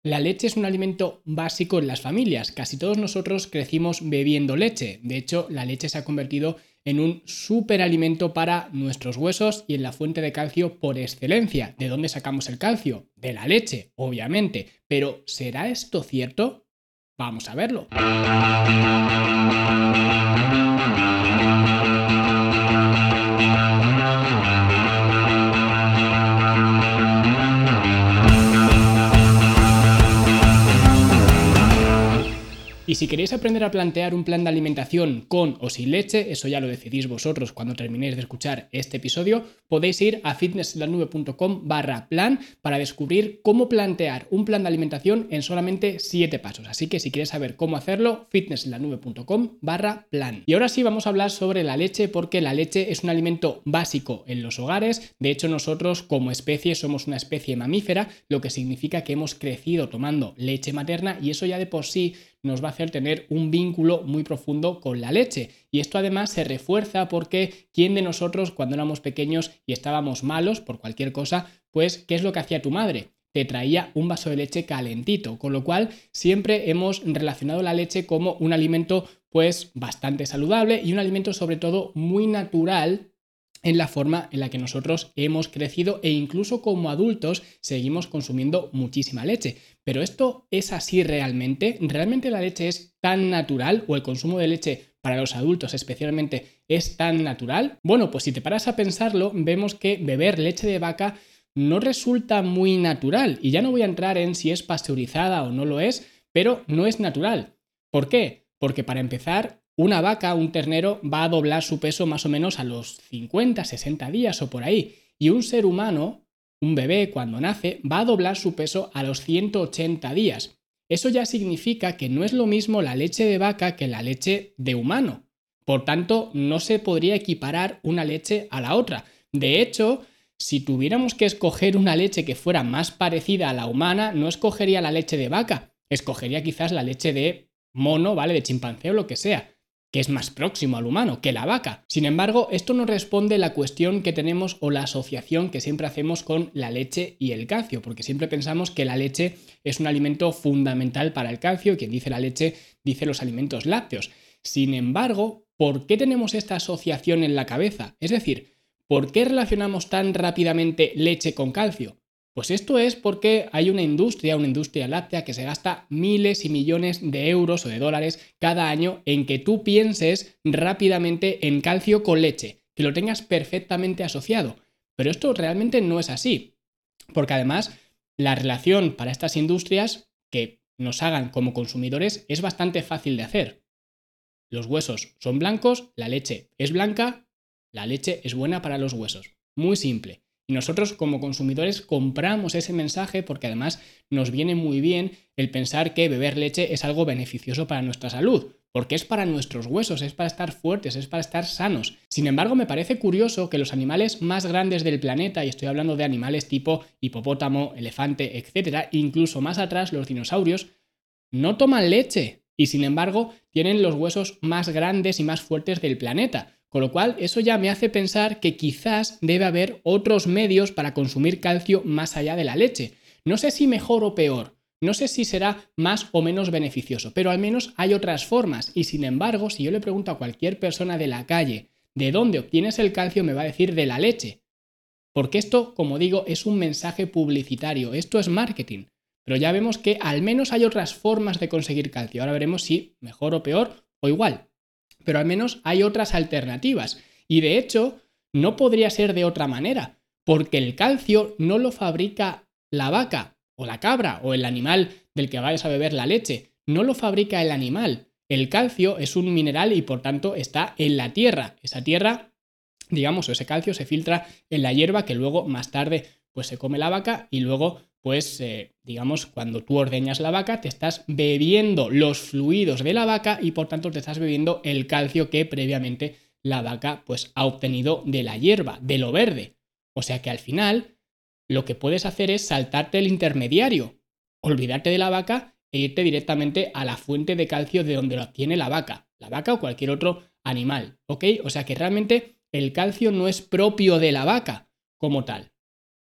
La leche es un alimento básico en las familias. Casi todos nosotros crecimos bebiendo leche. De hecho, la leche se ha convertido en un superalimento para nuestros huesos y en la fuente de calcio por excelencia. ¿De dónde sacamos el calcio? De la leche, obviamente. Pero ¿será esto cierto? Vamos a verlo. Y si queréis aprender a plantear un plan de alimentación con o sin leche, eso ya lo decidís vosotros cuando terminéis de escuchar este episodio, podéis ir a fitnessenlanube.com/plan para descubrir cómo plantear un plan de alimentación en solamente 7 pasos. Así que si quieres saber cómo hacerlo, fitnessenlanube.com/plan. Y ahora sí vamos a hablar sobre la leche, porque la leche es un alimento básico en los hogares. De hecho, nosotros como especie somos una especie mamífera, lo que significa que hemos crecido tomando leche materna y eso ya de por sí nos va a hacer tener un vínculo muy profundo con la leche. Y esto además se refuerza porque ¿quién de nosotros cuando éramos pequeños y estábamos malos por cualquier cosa, pues qué es lo que hacía tu madre? Te traía un vaso de leche calentito, con lo cual siempre hemos relacionado la leche como un alimento pues bastante saludable y un alimento sobre todo muy natural en la forma en la que nosotros hemos crecido e incluso como adultos seguimos consumiendo muchísima leche. Pero ¿esto es así realmente? ¿Realmente la leche es tan natural o el consumo de leche para los adultos especialmente es tan natural? Bueno, pues si te paras a pensarlo, vemos que beber leche de vaca no resulta muy natural. Y ya no voy a entrar en si es pasteurizada o no lo es, pero no es natural. ¿Por qué? Porque para empezar, una vaca, un ternero, va a doblar su peso más o menos a los 50, 60 días o por ahí. Y un ser humano, un bebé cuando nace, va a doblar su peso a los 180 días. Eso ya significa que no es lo mismo la leche de vaca que la leche de humano. Por tanto, no se podría equiparar una leche a la otra. De hecho, si tuviéramos que escoger una leche que fuera más parecida a la humana, no escogería la leche de vaca, escogería quizás la leche de mono, ¿vale? De chimpancé o lo que sea, que es más próximo al humano que la vaca. Sin embargo, esto no responde la cuestión que tenemos o la asociación que siempre hacemos con la leche y el calcio, porque siempre pensamos que la leche es un alimento fundamental para el calcio, quien dice la leche dice los alimentos lácteos. Sin embargo, ¿por qué tenemos esta asociación en la cabeza? Es decir, ¿por qué relacionamos tan rápidamente leche con calcio? Pues esto es porque hay una industria láctea que se gasta miles y millones de euros o de dólares cada año en que tú pienses rápidamente en calcio con leche, que lo tengas perfectamente asociado. Pero esto realmente no es así, porque además la relación para estas industrias que nos hagan como consumidores es bastante fácil de hacer. Los huesos son blancos, la leche es blanca, la leche es buena para los huesos. Muy simple. Y nosotros como consumidores compramos ese mensaje porque además nos viene muy bien el pensar que beber leche es algo beneficioso para nuestra salud, porque es para nuestros huesos, es para estar fuertes, es para estar sanos. Sin embargo, me parece curioso que los animales más grandes del planeta, y estoy hablando de animales tipo hipopótamo, elefante, etc., incluso más atrás los dinosaurios, no toman leche y sin embargo tienen los huesos más grandes y más fuertes del planeta. Con lo cual, eso ya me hace pensar que quizás debe haber otros medios para consumir calcio más allá de la leche. No sé si mejor o peor, no sé si será más o menos beneficioso, pero al menos hay otras formas. Y sin embargo, si yo le pregunto a cualquier persona de la calle ¿de dónde obtienes el calcio?, me va a decir de la leche. Porque esto, como digo, es un mensaje publicitario, esto es marketing. Pero ya vemos que al menos hay otras formas de conseguir calcio. Ahora veremos si mejor o peor o igual. Pero al menos hay otras alternativas. Y de hecho, no podría ser de otra manera, porque el calcio no lo fabrica la vaca o la cabra o el animal del que vayas a beber la leche. No lo fabrica el animal. El calcio es un mineral y por tanto está en la tierra. Esa tierra, digamos, ese calcio se filtra en la hierba que luego más tarde pues se come la vaca y luego pues digamos cuando tú ordeñas la vaca te estás bebiendo los fluidos de la vaca y por tanto te estás bebiendo el calcio que previamente la vaca pues ha obtenido de la hierba, de lo verde. O sea que al final lo que puedes hacer es saltarte el intermediario, olvidarte de la vaca e irte directamente a la fuente de calcio de donde lo obtiene la vaca o cualquier otro animal, ¿ok? O sea que realmente el calcio no es propio de la vaca como tal.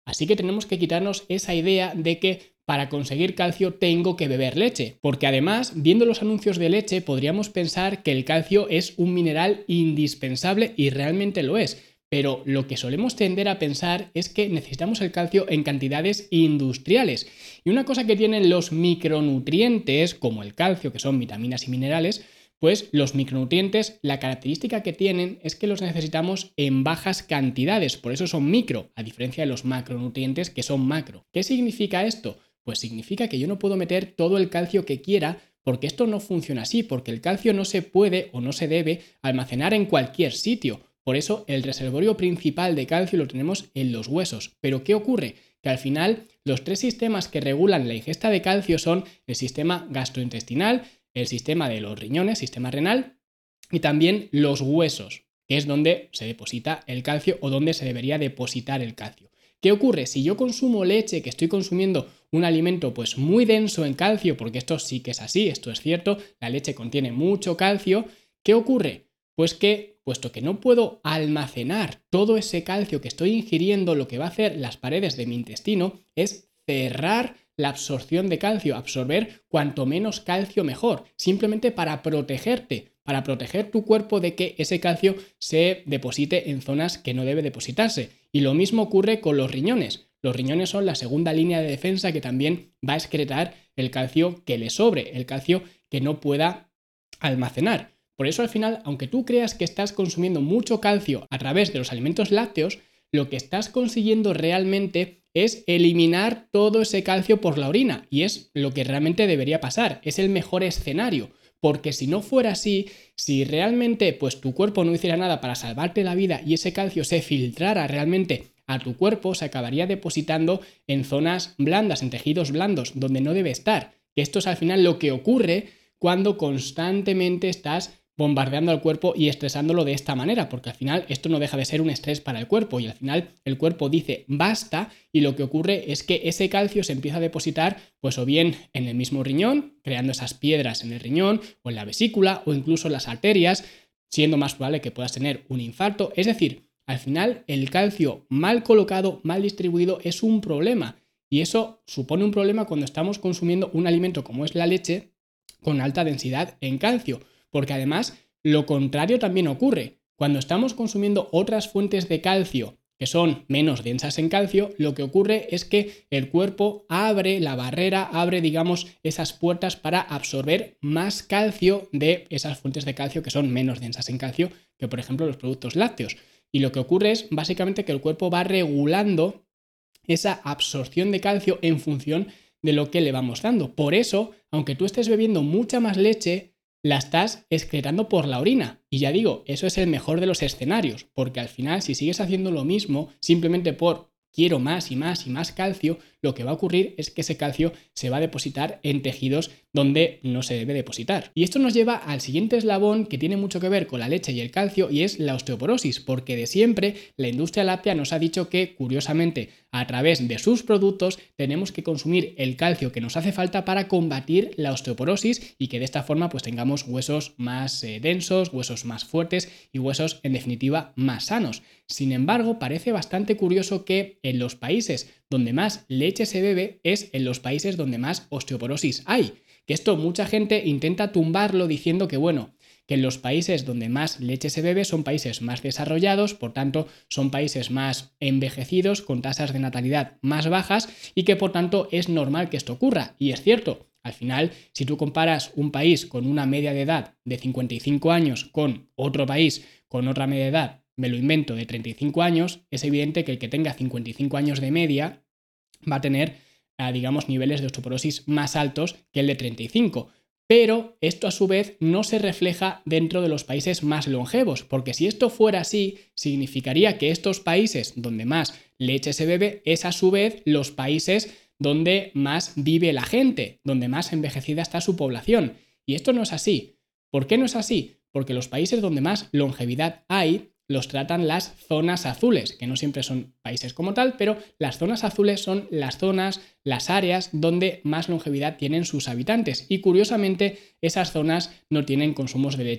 Así que tenemos que quitarnos esa idea de que para conseguir calcio tengo que beber leche, porque además, viendo los anuncios de leche, podríamos pensar que el calcio es un mineral indispensable y realmente lo es. Pero lo que solemos tender a pensar es que necesitamos el calcio en cantidades industriales. Y una cosa que tienen los micronutrientes, como el calcio, que son vitaminas y minerales, pues los micronutrientes, la característica que tienen es que los necesitamos en bajas cantidades, por eso son micro, a diferencia de los macronutrientes que son macro. ¿Qué significa esto? Pues significa que yo no puedo meter todo el calcio que quiera, porque esto no funciona así, porque el calcio no se puede o no se debe almacenar en cualquier sitio. Por eso el reservorio principal de calcio lo tenemos en los huesos. Pero ¿qué ocurre? Que al final los 3 sistemas que regulan la ingesta de calcio son el sistema gastrointestinal, el sistema de los riñones, sistema renal, y también los huesos, que es donde se deposita el calcio o donde se debería depositar el calcio. ¿Qué ocurre? Si yo consumo leche, que estoy consumiendo un alimento pues muy denso en calcio, porque esto sí que es así, esto es cierto, la leche contiene mucho calcio, ¿qué ocurre? Pues que, puesto que no puedo almacenar todo ese calcio que estoy ingiriendo, lo que va a hacer las paredes de mi intestino es cerrar la absorción de calcio, absorber cuanto menos calcio mejor, simplemente para protegerte, para proteger tu cuerpo de que ese calcio se deposite en zonas que no debe depositarse. Y lo mismo ocurre con los riñones. Los riñones son la segunda línea de defensa que también va a excretar el calcio que le sobre, el calcio que no pueda almacenar. Por eso al final, aunque tú creas que estás consumiendo mucho calcio a través de los alimentos lácteos, lo que estás consiguiendo realmente es eliminar todo ese calcio por la orina, y es lo que realmente debería pasar, es el mejor escenario, porque si no fuera así, si realmente pues tu cuerpo no hiciera nada para salvarte la vida y ese calcio se filtrara realmente a tu cuerpo, se acabaría depositando en zonas blandas, en tejidos blandos, donde no debe estar. Esto es al final lo que ocurre cuando constantemente estás bombardeando al cuerpo y estresándolo de esta manera, porque al final esto no deja de ser un estrés para el cuerpo y al final el cuerpo dice basta y lo que ocurre es que ese calcio se empieza a depositar pues o bien en el mismo riñón, creando esas piedras en el riñón o en la vesícula o incluso en las arterias, siendo más probable que puedas tener un infarto. Es decir, al final el calcio mal colocado, mal distribuido es un problema y eso supone un problema cuando estamos consumiendo un alimento como es la leche con alta densidad en calcio. Porque además lo contrario también ocurre. Cuando estamos consumiendo otras fuentes de calcio que son menos densas en calcio, lo que ocurre es que el cuerpo abre la barrera, abre, digamos, esas puertas para absorber más calcio de esas fuentes de calcio que son menos densas en calcio que, por ejemplo, los productos lácteos. Y lo que ocurre es básicamente que el cuerpo va regulando esa absorción de calcio en función de lo que le vamos dando. Por eso, aunque tú estés bebiendo mucha más leche, la estás excretando por la orina. Y ya digo, eso es el mejor de los escenarios, porque al final si sigues haciendo lo mismo simplemente por quiero más y más y más calcio, lo que va a ocurrir es que ese calcio se va a depositar en tejidos donde no se debe depositar. Y esto nos lleva al siguiente eslabón que tiene mucho que ver con la leche y el calcio y es la osteoporosis, porque de siempre la industria láctea nos ha dicho que, curiosamente, a través de sus productos tenemos que consumir el calcio que nos hace falta para combatir la osteoporosis y que de esta forma pues tengamos huesos más densos, huesos más fuertes y huesos en definitiva más sanos. Sin embargo, parece bastante curioso que en los países donde más leche se bebe es en los países donde más osteoporosis hay. Que esto mucha gente intenta tumbarlo diciendo que bueno, que en los países donde más leche se bebe son países más desarrollados, por tanto son países más envejecidos, con tasas de natalidad más bajas y que por tanto es normal que esto ocurra. Y es cierto, al final si tú comparas un país con una media de edad de 55 años con otro país con otra media de edad, me lo invento, de 35 años, es evidente que el que tenga 55 años de media va a tener, digamos, niveles de osteoporosis más altos que el de 35. Pero esto a su vez no se refleja dentro de los países más longevos, porque si esto fuera así, significaría que estos países donde más leche se bebe es a su vez los países donde más vive la gente, donde más envejecida está su población. Y esto no es así. ¿Por qué no es así? Porque los países donde más longevidad hay los tratan las zonas azules, que no siempre son países como tal, pero las zonas azules son las zonas, las áreas donde más longevidad tienen sus habitantes y curiosamente esas zonas no tienen consumos de leche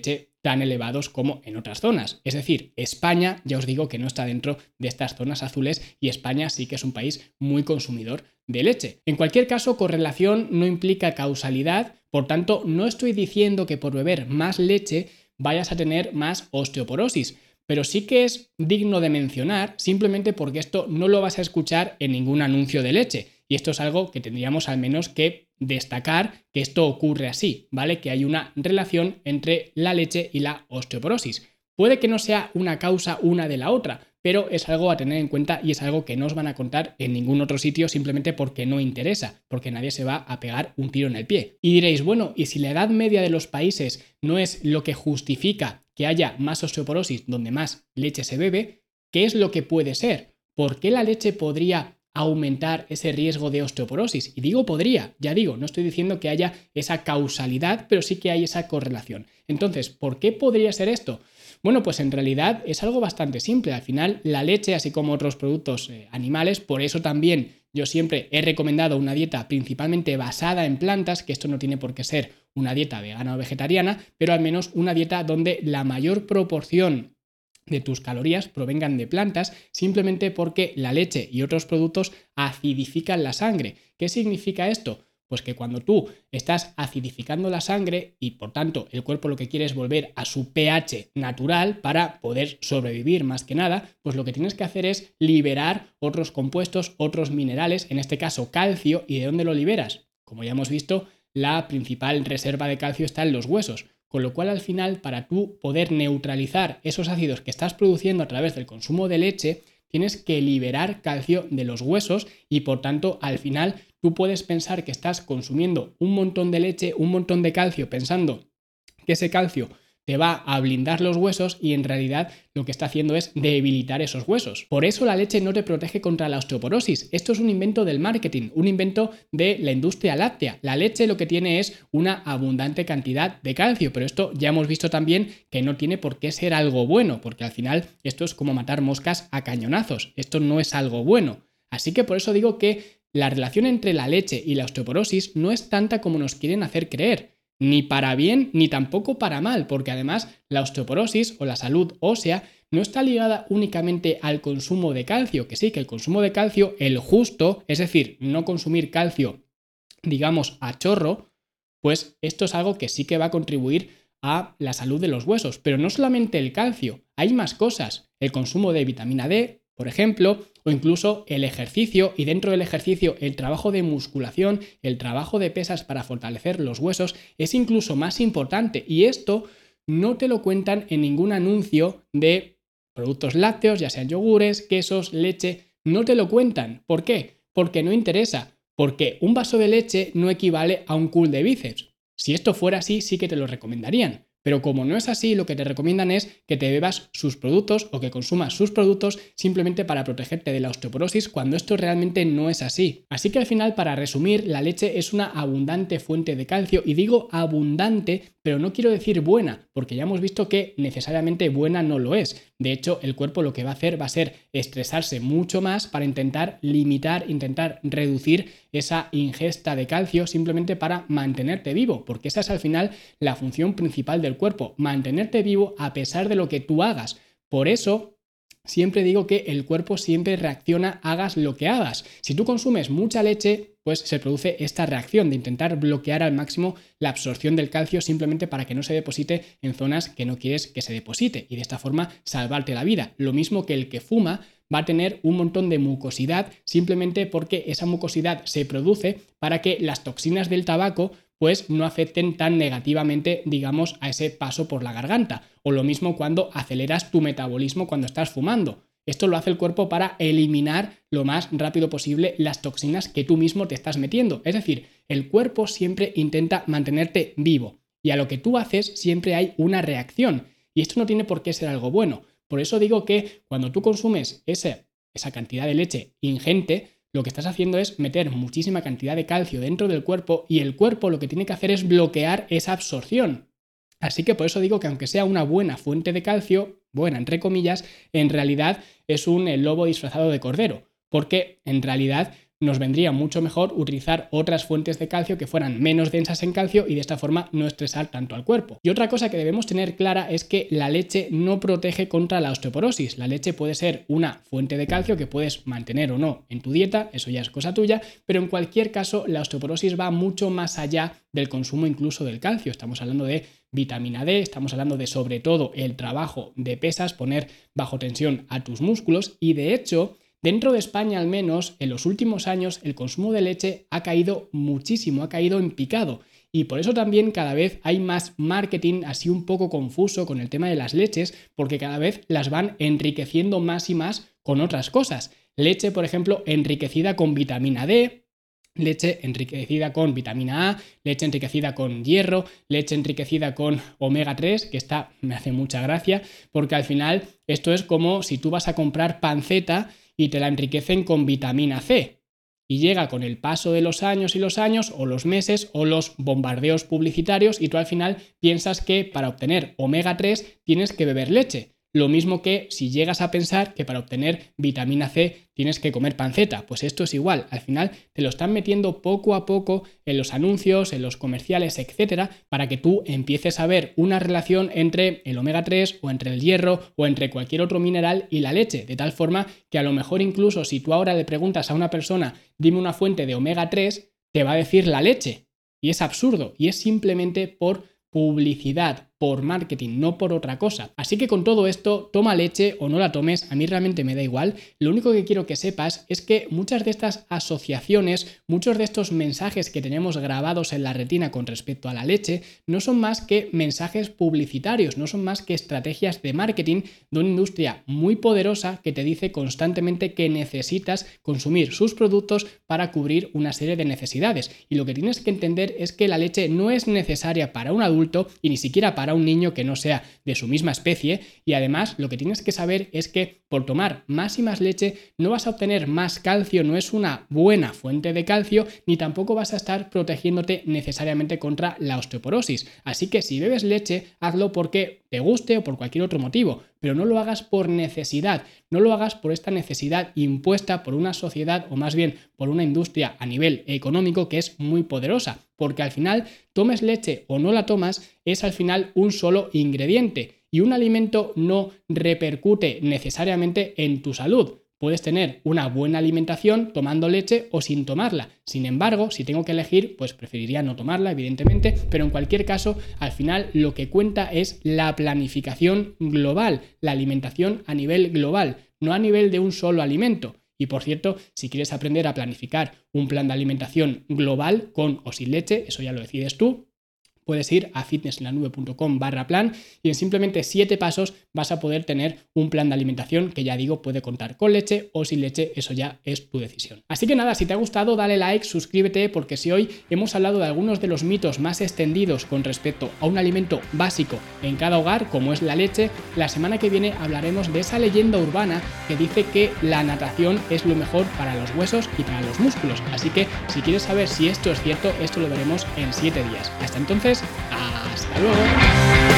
tan elevados como en otras zonas. Es decir, España, ya os digo que no está dentro de estas zonas azules y España sí que es un país muy consumidor de leche. En cualquier caso, correlación no implica causalidad, por tanto, no estoy diciendo que por beber más leche vayas a tener más osteoporosis, pero sí que es digno de mencionar simplemente porque esto no lo vas a escuchar en ningún anuncio de leche. Y esto es algo que tendríamos al menos que destacar, que esto ocurre así, ¿vale? Que hay una relación entre la leche y la osteoporosis. Puede que no sea una causa una de la otra, pero es algo a tener en cuenta y es algo que no os van a contar en ningún otro sitio simplemente porque no interesa, porque nadie se va a pegar un tiro en el pie. Y diréis, bueno, ¿y si la edad media de los países no es lo que justifica que haya más osteoporosis donde más leche se bebe? ¿Qué es lo que puede ser? ¿Por qué la leche podría aumentar ese riesgo de osteoporosis? Y digo podría, ya digo, no estoy diciendo que haya esa causalidad, pero sí que hay esa correlación. Entonces, ¿por qué podría ser esto? Bueno, pues en realidad es algo bastante simple. Al final, la leche, así como otros productos animales, por eso también yo siempre he recomendado una dieta principalmente basada en plantas, que esto no tiene por qué ser una dieta vegana o vegetariana, pero al menos una dieta donde la mayor proporción de tus calorías provengan de plantas, simplemente porque la leche y otros productos acidifican la sangre. ¿Qué significa esto? Pues que cuando tú estás acidificando la sangre y por tanto el cuerpo lo que quiere es volver a su pH natural para poder sobrevivir más que nada, pues lo que tienes que hacer es liberar otros compuestos, otros minerales, en este caso calcio. ¿Y de dónde lo liberas? Como ya hemos visto, la principal reserva de calcio está en los huesos. Con lo cual, al final, para tú poder neutralizar esos ácidos que estás produciendo a través del consumo de leche, tienes que liberar calcio de los huesos y, por tanto, al final, tú puedes pensar que estás consumiendo un montón de leche, un montón de calcio, pensando que ese calcio te va a blindar los huesos y en realidad lo que está haciendo es debilitar esos huesos. Por eso la leche no te protege contra la osteoporosis. Esto es un invento del marketing, un invento de la industria láctea. La leche lo que tiene es una abundante cantidad de calcio, pero esto ya hemos visto también que no tiene por qué ser algo bueno, porque al final esto es como matar moscas a cañonazos. Esto no es algo bueno. Así que por eso digo que la relación entre la leche y la osteoporosis no es tanta como nos quieren hacer creer. Ni para bien ni tampoco para mal, porque además la osteoporosis o la salud ósea no está ligada únicamente al consumo de calcio, que sí, que el consumo de calcio, el justo, es decir, no consumir calcio, digamos, a chorro, pues esto es algo que sí que va a contribuir a la salud de los huesos. Pero no solamente el calcio, hay más cosas. El consumo de vitamina D, por ejemplo, o incluso el ejercicio, y dentro del ejercicio el trabajo de musculación, el trabajo de pesas para fortalecer los huesos es incluso más importante, y esto no te lo cuentan en ningún anuncio de productos lácteos, ya sean yogures, quesos, leche, no te lo cuentan. ¿Por qué? Porque no interesa, porque un vaso de leche no equivale a un curl de bíceps. Si esto fuera así, sí que te lo recomendarían. Pero como no es así, lo que te recomiendan es que te bebas sus productos o que consumas sus productos simplemente para protegerte de la osteoporosis, cuando esto realmente no es así. Así que al final, para resumir, la leche es una abundante fuente de calcio, y digo abundante, pero no quiero decir buena, porque ya hemos visto que necesariamente buena no lo es. De hecho, el cuerpo lo que va a hacer va a ser estresarse mucho más para intentar limitar, intentar reducir esa ingesta de calcio simplemente para mantenerte vivo, porque esa es al final la función principal del cuerpo, mantenerte vivo a pesar de lo que tú hagas. Por eso siempre digo que el cuerpo siempre reacciona hagas lo que hagas. Si tú consumes mucha leche, pues se produce esta reacción de intentar bloquear al máximo la absorción del calcio simplemente para que no se deposite en zonas que no quieres que se deposite, y de esta forma salvarte la vida. Lo mismo que el que fuma va a tener un montón de mucosidad simplemente porque esa mucosidad se produce para que las toxinas del tabaco pues no afecten tan negativamente, digamos, a ese paso por la garganta. O lo mismo cuando aceleras tu metabolismo cuando estás fumando. Esto lo hace el cuerpo para eliminar lo más rápido posible las toxinas que tú mismo te estás metiendo. Es decir, el cuerpo siempre intenta mantenerte vivo, y a lo que tú haces siempre hay una reacción. Y esto no tiene por qué ser algo bueno. Por eso digo que cuando tú consumes esa cantidad de leche ingente, lo que estás haciendo es meter muchísima cantidad de calcio dentro del cuerpo, y el cuerpo lo que tiene que hacer es bloquear esa absorción. Así que por eso digo que aunque sea una buena fuente de calcio, buena entre comillas, en realidad es un lobo disfrazado de cordero, porque en realidad nos vendría mucho mejor utilizar otras fuentes de calcio que fueran menos densas en calcio y de esta forma no estresar tanto al cuerpo. Y otra cosa que debemos tener clara es que la leche no protege contra la osteoporosis. La leche puede ser una fuente de calcio que puedes mantener o no en tu dieta, eso ya es cosa tuya, pero en cualquier caso la osteoporosis va mucho más allá del consumo incluso del calcio. Estamos hablando de vitamina D, estamos hablando de sobre todo el trabajo de pesas, poner bajo tensión a tus músculos y de hecho dentro de España al menos en los últimos años el consumo de leche ha caído muchísimo, ha caído en picado. Y por eso también cada vez hay más marketing así un poco confuso con el tema de las leches, porque cada vez las van enriqueciendo más y más con otras cosas. Leche, por ejemplo, enriquecida con vitamina D, leche enriquecida con vitamina A, leche enriquecida con hierro, leche enriquecida con omega 3, que esta me hace mucha gracia, porque al final esto es como si tú vas a comprar panceta y te la enriquecen con vitamina C. Y llega con el paso de los años y los años, o los meses, o los bombardeos publicitarios, y tú al final piensas que para obtener omega 3 tienes que beber leche. Lo mismo que si llegas a pensar que para obtener vitamina C tienes que comer panceta, pues esto es igual. Al final te lo están metiendo poco a poco en los anuncios, en los comerciales, etcétera, para que tú empieces a ver una relación entre el omega 3 o entre el hierro o entre cualquier otro mineral y la leche, de tal forma que a lo mejor incluso si tú ahora le preguntas a una persona, dime una fuente de omega 3, te va a decir la leche. Y es absurdo, y es simplemente por publicidad, por marketing, no por otra cosa. Así que con todo esto, toma leche o no la tomes, a mí realmente me da igual. Lo único que quiero que sepas es que muchas de estas asociaciones, muchos de estos mensajes que tenemos grabados en la retina con respecto a la leche, no son más que mensajes publicitarios, no son más que estrategias de marketing de una industria muy poderosa que te dice constantemente que necesitas consumir sus productos para cubrir una serie de necesidades. Y lo que tienes que entender es que la leche no es necesaria para un adulto y ni siquiera para un niño que no sea de su misma especie, y además lo que tienes que saber es que por tomar más y más leche no vas a obtener más calcio, no es una buena fuente de calcio, ni tampoco vas a estar protegiéndote necesariamente contra la osteoporosis. Así que si bebes leche, hazlo porque te guste o por cualquier otro motivo, pero no lo hagas por necesidad, no lo hagas por esta necesidad impuesta por una sociedad o más bien por una industria a nivel económico que es muy poderosa, porque al final tomes leche o no la tomas es al final un solo ingrediente y un alimento no repercute necesariamente en tu salud. Puedes tener una buena alimentación tomando leche o sin tomarla. Sin embargo, si tengo que elegir, pues preferiría no tomarla, evidentemente, pero en cualquier caso, al final lo que cuenta es la planificación global, la alimentación a nivel global, no a nivel de un solo alimento. Y por cierto, si quieres aprender a planificar un plan de alimentación global con o sin leche, eso ya lo decides tú. Puedes ir a fitnesslanube.com/plan y en simplemente 7 pasos vas a poder tener un plan de alimentación que ya digo puede contar con leche o sin leche, eso ya es tu decisión. Así que nada, si te ha gustado dale like, suscríbete, porque si hoy hemos hablado de algunos de los mitos más extendidos con respecto a un alimento básico en cada hogar como es la leche, la semana que viene hablaremos de esa leyenda urbana que dice que la natación es lo mejor para los huesos y para los músculos. Así que si quieres saber si esto es cierto, esto lo veremos en 7 días. Hasta entonces, ¡hasta luego!